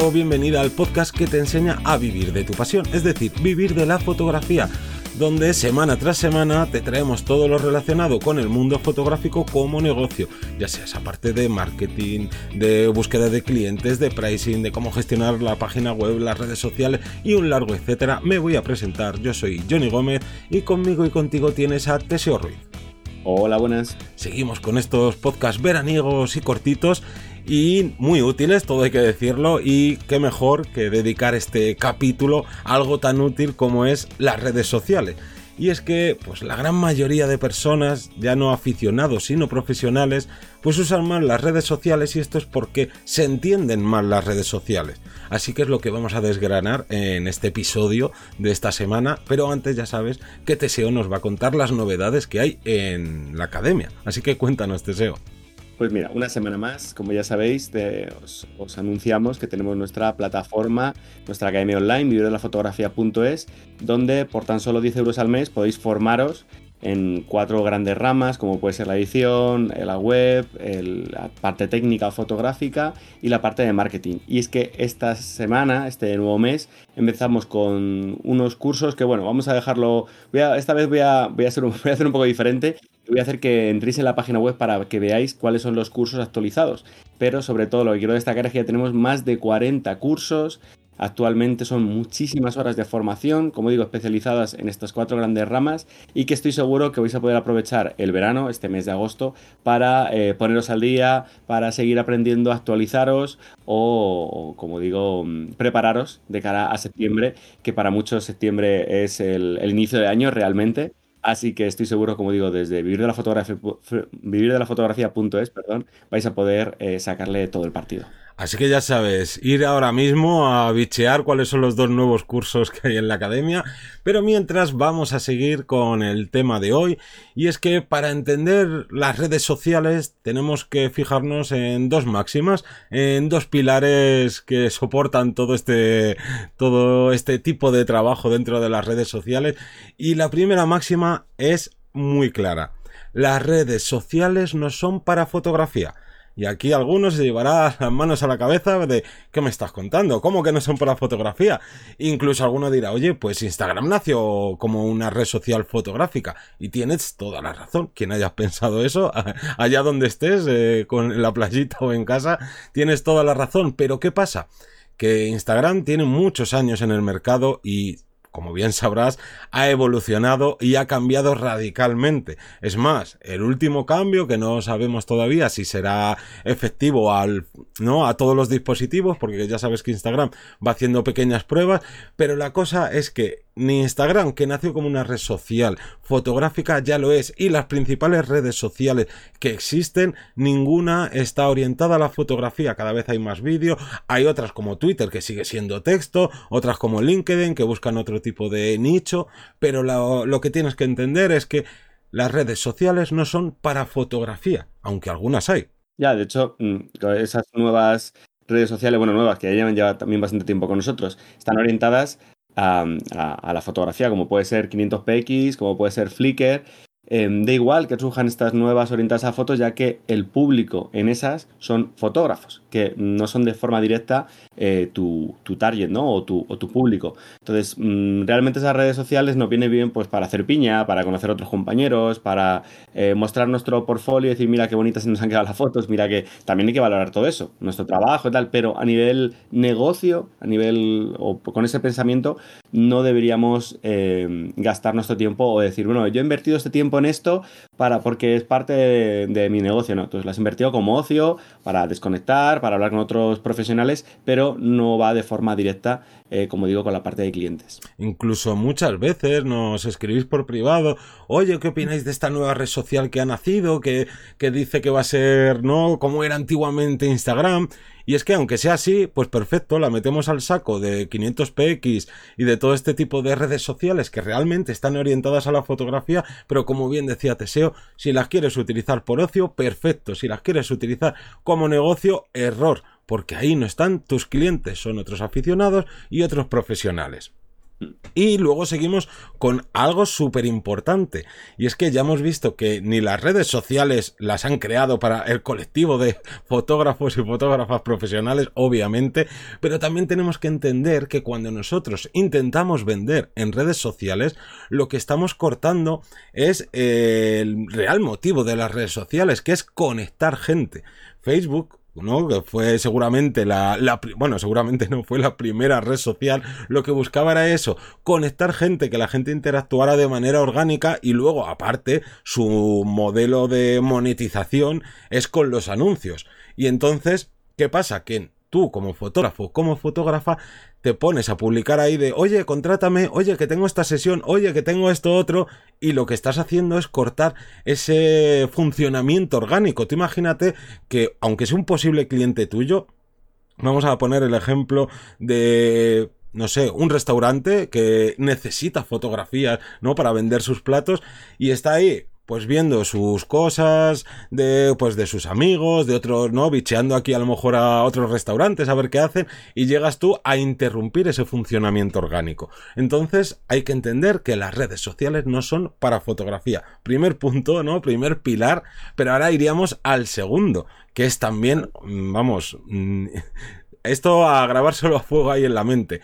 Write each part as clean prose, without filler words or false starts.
bienvenido o bienvenida al podcast que te enseña a vivir de tu pasión, es decir, vivir de la fotografía, donde semana tras semana te traemos todo lo relacionado con el mundo fotográfico como negocio, ya sea esa parte de marketing, de búsqueda de clientes, de pricing, de cómo gestionar la página web, las redes sociales y un largo etcétera. Me voy a presentar, yo soy Johnny Gómez y conmigo y contigo tienes a Teseo Ruiz. Hola, buenas. Seguimos con estos podcasts veraniegos y cortitos y muy útiles, todo hay que decirlo, y qué mejor que dedicar este capítulo a algo tan útil como es las redes sociales. Y es que pues la gran mayoría de personas, ya no aficionados sino profesionales, pues usan mal las redes sociales, y esto es porque se entienden mal las redes sociales. Así que es lo que vamos a desgranar en este episodio de esta semana, pero antes ya sabes que Teseo nos va a contar las novedades que hay en la academia. Así que cuéntanos, Teseo. Pues mira, una semana más, como ya sabéis, os anunciamos que tenemos nuestra plataforma, nuestra academia online, vivirdelafotografía.es, donde por tan solo 10 euros al mes podéis formaros en 4 grandes ramas, como puede ser la edición, la web, la parte técnica o fotográfica y la parte de marketing. Y es que esta semana, este nuevo mes, empezamos con unos cursos que, bueno, vamos a dejarlo. Esta vez voy a hacer un poco diferente. Voy a hacer que entréis en la página web para que veáis cuáles son los cursos actualizados. Pero sobre todo lo que quiero destacar es que ya tenemos más de 40 cursos. Actualmente son muchísimas horas de formación, como digo, especializadas en estas 4 grandes ramas, y que estoy seguro que vais a poder aprovechar el verano, este mes de agosto, para poneros al día, para seguir aprendiendo, actualizaros o, como digo, prepararos de cara a septiembre, que para muchos septiembre es el inicio de año realmente. Así que estoy seguro, como digo, desde vivirdelafotografía.es, vais a poder sacarle todo el partido. Así que ya sabes, ir ahora mismo a bichear cuáles son los 2 nuevos cursos que hay en la academia, pero mientras vamos a seguir con el tema de hoy, y es que para entender las redes sociales tenemos que fijarnos en 2 máximas, en 2 pilares que soportan todo este tipo de trabajo dentro de las redes sociales, y la primera máxima es muy clara: las redes sociales no son para fotografía. Y aquí algunos se llevará las manos a la cabeza de ¿qué me estás contando? ¿Cómo que no son para fotografía? Incluso alguno dirá, oye, pues Instagram nació como una red social fotográfica. Y tienes toda la razón. Quien hayas pensado eso, allá donde estés, en la playita o en casa, tienes toda la razón. Pero ¿qué pasa? Que Instagram tiene muchos años en el mercado y, como bien sabrás, ha evolucionado y ha cambiado radicalmente. Es más, el último cambio, que no sabemos todavía si será efectivo a todos los dispositivos, porque ya sabes que Instagram va haciendo pequeñas pruebas, pero la cosa es que ni Instagram, que nació como una red social fotográfica, ya lo es, y las principales redes sociales que existen, ninguna está orientada a la fotografía. Cada vez hay más vídeo, hay otras como Twitter, que sigue siendo texto, otras como LinkedIn, que buscan otro tipo de nicho, pero lo que tienes que entender es que las redes sociales no son para fotografía, aunque algunas hay. Ya, de hecho, esas nuevas redes sociales, bueno, nuevas, que ya llevan también bastante tiempo con nosotros, están orientadas a la fotografía, como puede ser 500px, como puede ser Flickr. Da igual que surjan estas nuevas orientadas a fotos, ya que el público en esas son fotógrafos, que no son de forma directa tu target, ¿no? O tu público. Entonces, realmente esas redes sociales nos vienen bien pues para hacer piña, para conocer a otros compañeros, para mostrar nuestro portfolio y decir, mira qué bonitas se nos han quedado las fotos, mira que también hay que valorar todo eso, nuestro trabajo y tal, pero a nivel negocio, o con ese pensamiento, no deberíamos gastar nuestro tiempo o decir, bueno, yo he invertido este tiempo en esto porque es parte de mi negocio, ¿no? Entonces las he invertido como ocio, para desconectar, para hablar con otros profesionales, pero no va de forma directa, como digo, con la parte de clientes. Incluso muchas veces nos escribís por privado, oye, ¿qué opináis de esta nueva red social que ha nacido, que dice que va a ser, ¿no?, como era antiguamente Instagram? Y es que aunque sea así, pues perfecto, la metemos al saco de 500px y de todo este tipo de redes sociales que realmente están orientadas a la fotografía, pero como bien decía Teseo, si las quieres utilizar por ocio, perfecto; si las quieres utilizar como negocio, error, porque ahí no están tus clientes, son otros aficionados y otros profesionales. Y luego seguimos con algo súper importante, y es que ya hemos visto que ni las redes sociales las han creado para el colectivo de fotógrafos y fotógrafas profesionales, obviamente, pero también tenemos que entender que cuando nosotros intentamos vender en redes sociales, lo que estamos cortando es el real motivo de las redes sociales, que es conectar gente. Facebook, ¿no? Que fue seguramente bueno, seguramente no fue la primera red social, lo que buscaba era eso, conectar gente, que la gente interactuara de manera orgánica, y luego, aparte, su modelo de monetización es con los anuncios. Y entonces, ¿qué pasa? Que tú, como fotógrafo, como fotógrafa, te pones a publicar ahí de, oye, contrátame, oye, que tengo esta sesión, oye, que tengo esto otro, y lo que estás haciendo es cortar ese funcionamiento orgánico. Tú imagínate que, aunque sea un posible cliente tuyo, vamos a poner el ejemplo de, no sé, un restaurante que necesita fotografías, ¿no?, para vender sus platos, y está ahí, pues viendo sus cosas, de sus amigos, de otros, ¿no?, bicheando aquí a lo mejor a otros restaurantes a ver qué hacen, y llegas tú a interrumpir ese funcionamiento orgánico. Entonces hay que entender que las redes sociales no son para fotografía. Primer punto, ¿no?, primer pilar, pero ahora iríamos al segundo, que es también, vamos, esto a grabárselo a fuego ahí en la mente.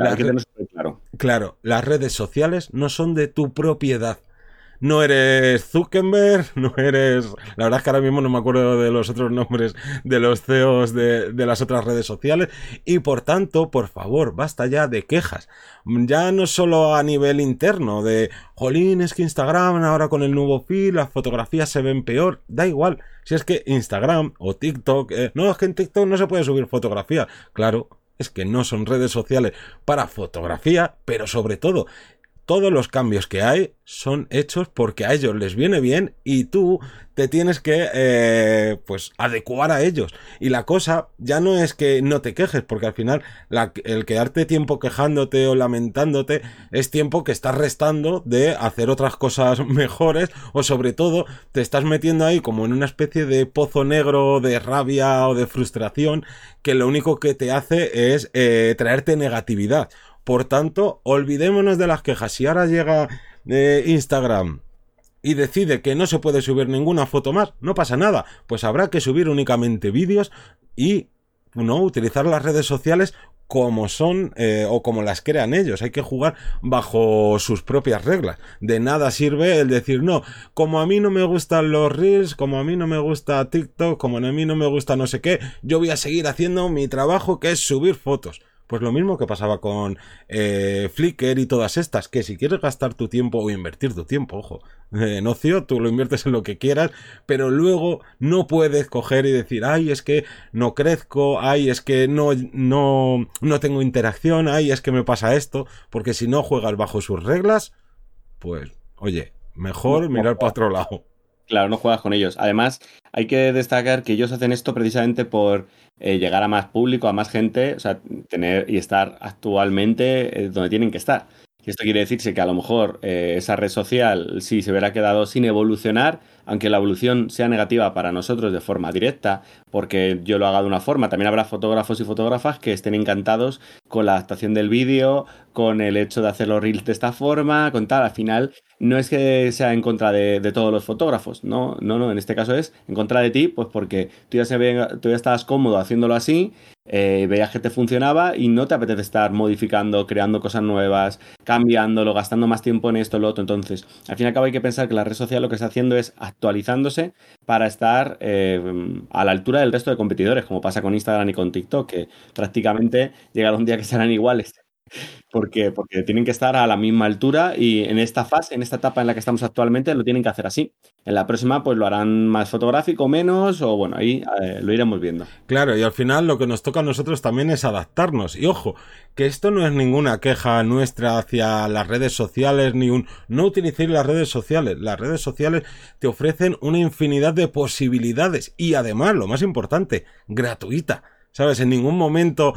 Claro, las redes sociales no son de tu propiedad. No eres Zuckerberg, no eres... La verdad es que ahora mismo no me acuerdo de los otros nombres de los CEOs de las otras redes sociales, y por tanto, por favor, basta ya de quejas. Ya no solo a nivel interno de, jolín, es que Instagram ahora con el nuevo feed, las fotografías se ven peor. Da igual, si es que Instagram o TikTok... no, es que en TikTok no se puede subir fotografías. Claro, es que no son redes sociales para fotografía, pero sobre todo, todos los cambios que hay son hechos porque a ellos les viene bien, y tú te tienes que pues adecuar a ellos. Y la cosa ya no es que no te quejes, porque al final el quedarte tiempo quejándote o lamentándote es tiempo que estás restando de hacer otras cosas mejores, o sobre todo te estás metiendo ahí como en una especie de pozo negro de rabia o de frustración, que lo único que te hace es traerte negatividad. Por tanto, olvidémonos de las quejas. Si ahora llega Instagram y decide que no se puede subir ninguna foto más, no pasa nada. Pues habrá que subir únicamente vídeos y no utilizar las redes sociales como son o como las crean ellos. Hay que jugar bajo sus propias reglas. De nada sirve el decir, no, como a mí no me gustan los Reels, como a mí no me gusta TikTok, como a mí no me gusta no sé qué, yo voy a seguir haciendo mi trabajo, que es subir fotos. Pues lo mismo que pasaba con Flickr y todas estas, que si quieres gastar tu tiempo o invertir tu tiempo, ojo, en ocio, tú lo inviertes en lo que quieras, pero luego no puedes coger y decir, ay, es que no crezco, ay, es que no tengo interacción, ay, es que me pasa esto, porque si no juegas bajo sus reglas, pues, oye, mejor mirar para otro lado. Claro, no juegas con ellos. Además, hay que destacar que ellos hacen esto precisamente por llegar a más público, a más gente, o sea, tener y estar actualmente donde tienen que estar. Y esto quiere decirse que a lo mejor esa red social sí se hubiera quedado sin evolucionar, aunque la evolución sea negativa para nosotros de forma directa, porque yo lo haga de una forma. También habrá fotógrafos y fotógrafas que estén encantados con la adaptación del vídeo, con el hecho de hacer los reels de esta forma, con tal. Al final, no es que sea en contra de todos los fotógrafos, no, en este caso es en contra de ti, pues porque tú ya estabas cómodo haciéndolo así, veías que te funcionaba y no te apetece estar modificando, creando cosas nuevas, cambiándolo, gastando más tiempo en esto, lo otro. Entonces, al fin y al cabo hay que pensar que la red social lo que está haciendo es actualizándose para estar a la altura del resto de competidores, como pasa con Instagram y con TikTok, que prácticamente llegará un día que serán iguales. Porque tienen que estar a la misma altura, y en esta fase, en esta etapa en la que estamos actualmente, lo tienen que hacer así. En la próxima pues lo harán más fotográfico, menos, o bueno, ahí lo iremos viendo. Claro, y al final lo que nos toca a nosotros también es adaptarnos. Y ojo, que esto no es ninguna queja nuestra hacia las redes sociales, no utilicéis las redes sociales. Las redes sociales te ofrecen una infinidad de posibilidades y además, lo más importante, gratuita. ¿Sabes? En ningún momento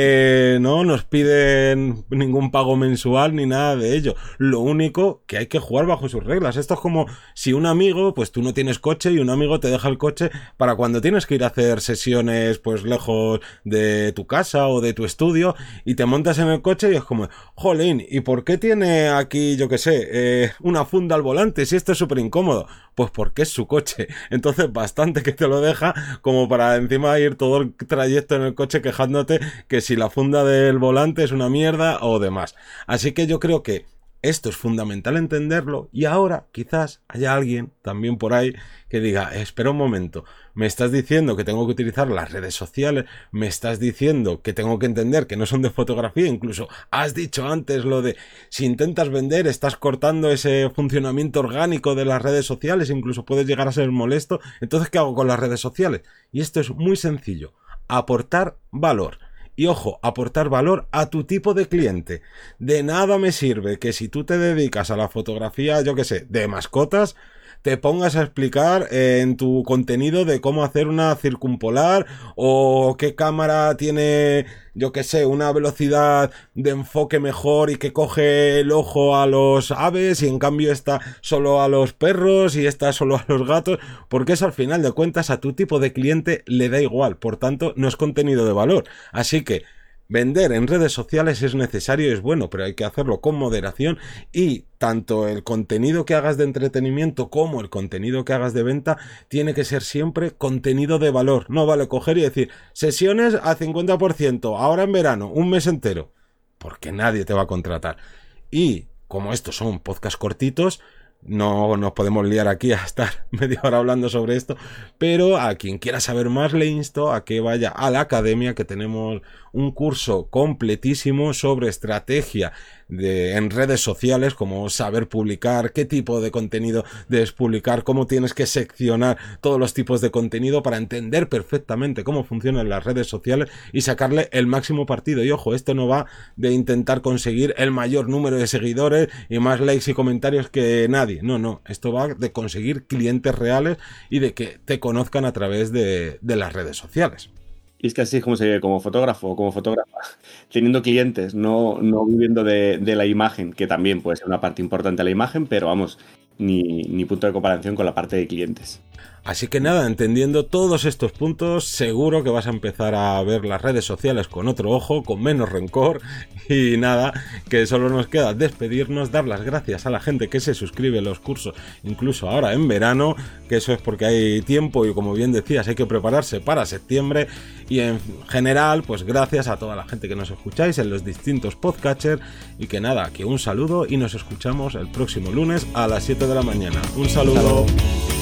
no nos piden ningún pago mensual ni nada de ello. Lo único que hay que jugar bajo sus reglas. Esto es como si un amigo, pues tú no tienes coche y un amigo te deja el coche para cuando tienes que ir a hacer sesiones pues lejos de tu casa o de tu estudio y te montas en el coche y es como, jolín, ¿y por qué tiene aquí, yo qué sé, una funda al volante si esto es súper incómodo? Pues porque es su coche. Entonces bastante que te lo deja como para encima ir todo el trayecto en el coche quejándote que si la funda del volante es una mierda o demás. Así que yo creo que esto es fundamental entenderlo y ahora quizás haya alguien también por ahí que diga, espera un momento, me estás diciendo que tengo que utilizar las redes sociales, me estás diciendo que tengo que entender que no son de fotografía, incluso has dicho antes lo de si intentas vender estás cortando ese funcionamiento orgánico de las redes sociales, incluso puedes llegar a ser molesto, entonces ¿qué hago con las redes sociales? Y esto es muy sencillo. Aportar valor. Y ojo, aportar valor a tu tipo de cliente. De nada me sirve que si tú te dedicas a la fotografía, yo qué sé, de mascotas, te pongas a explicar en tu contenido de cómo hacer una circumpolar o qué cámara tiene, yo qué sé, una velocidad de enfoque mejor y que coge el ojo a los aves y en cambio esta solo a los perros y esta solo a los gatos, porque eso al final de cuentas a tu tipo de cliente le da igual, por tanto no es contenido de valor. Así que vender en redes sociales es necesario y es bueno, pero hay que hacerlo con moderación y tanto el contenido que hagas de entretenimiento como el contenido que hagas de venta tiene que ser siempre contenido de valor. No vale coger y decir sesiones a 50%, ahora en verano, un mes entero, porque nadie te va a contratar. Y como estos son podcasts cortitos, no nos podemos liar aquí a estar media hora hablando sobre esto, pero a quien quiera saber más le insto a que vaya a la academia, que tenemos un curso completísimo sobre estrategia en redes sociales, como saber publicar, qué tipo de contenido debes publicar, cómo tienes que seccionar todos los tipos de contenido para entender perfectamente cómo funcionan las redes sociales y sacarle el máximo partido. Y ojo, esto no va de intentar conseguir el mayor número de seguidores y más likes y comentarios que nadie. No, esto va de conseguir clientes reales y de que te conozcan a través de las redes sociales. Y es que así es como se vive como fotógrafo o como fotógrafa, teniendo clientes, no viviendo de la imagen, que también puede ser una parte importante de la imagen, pero vamos, ni punto de comparación con la parte de clientes. Así que nada, entendiendo todos estos puntos, seguro que vas a empezar a ver las redes sociales con otro ojo, con menos rencor y nada, que solo nos queda despedirnos, dar las gracias a la gente que se suscribe a los cursos, incluso ahora en verano, que eso es porque hay tiempo y como bien decías hay que prepararse para septiembre y en general pues gracias a toda la gente que nos escucháis en los distintos podcatchers y que nada, que un saludo y nos escuchamos el próximo lunes a las 7 de la mañana. Un saludo.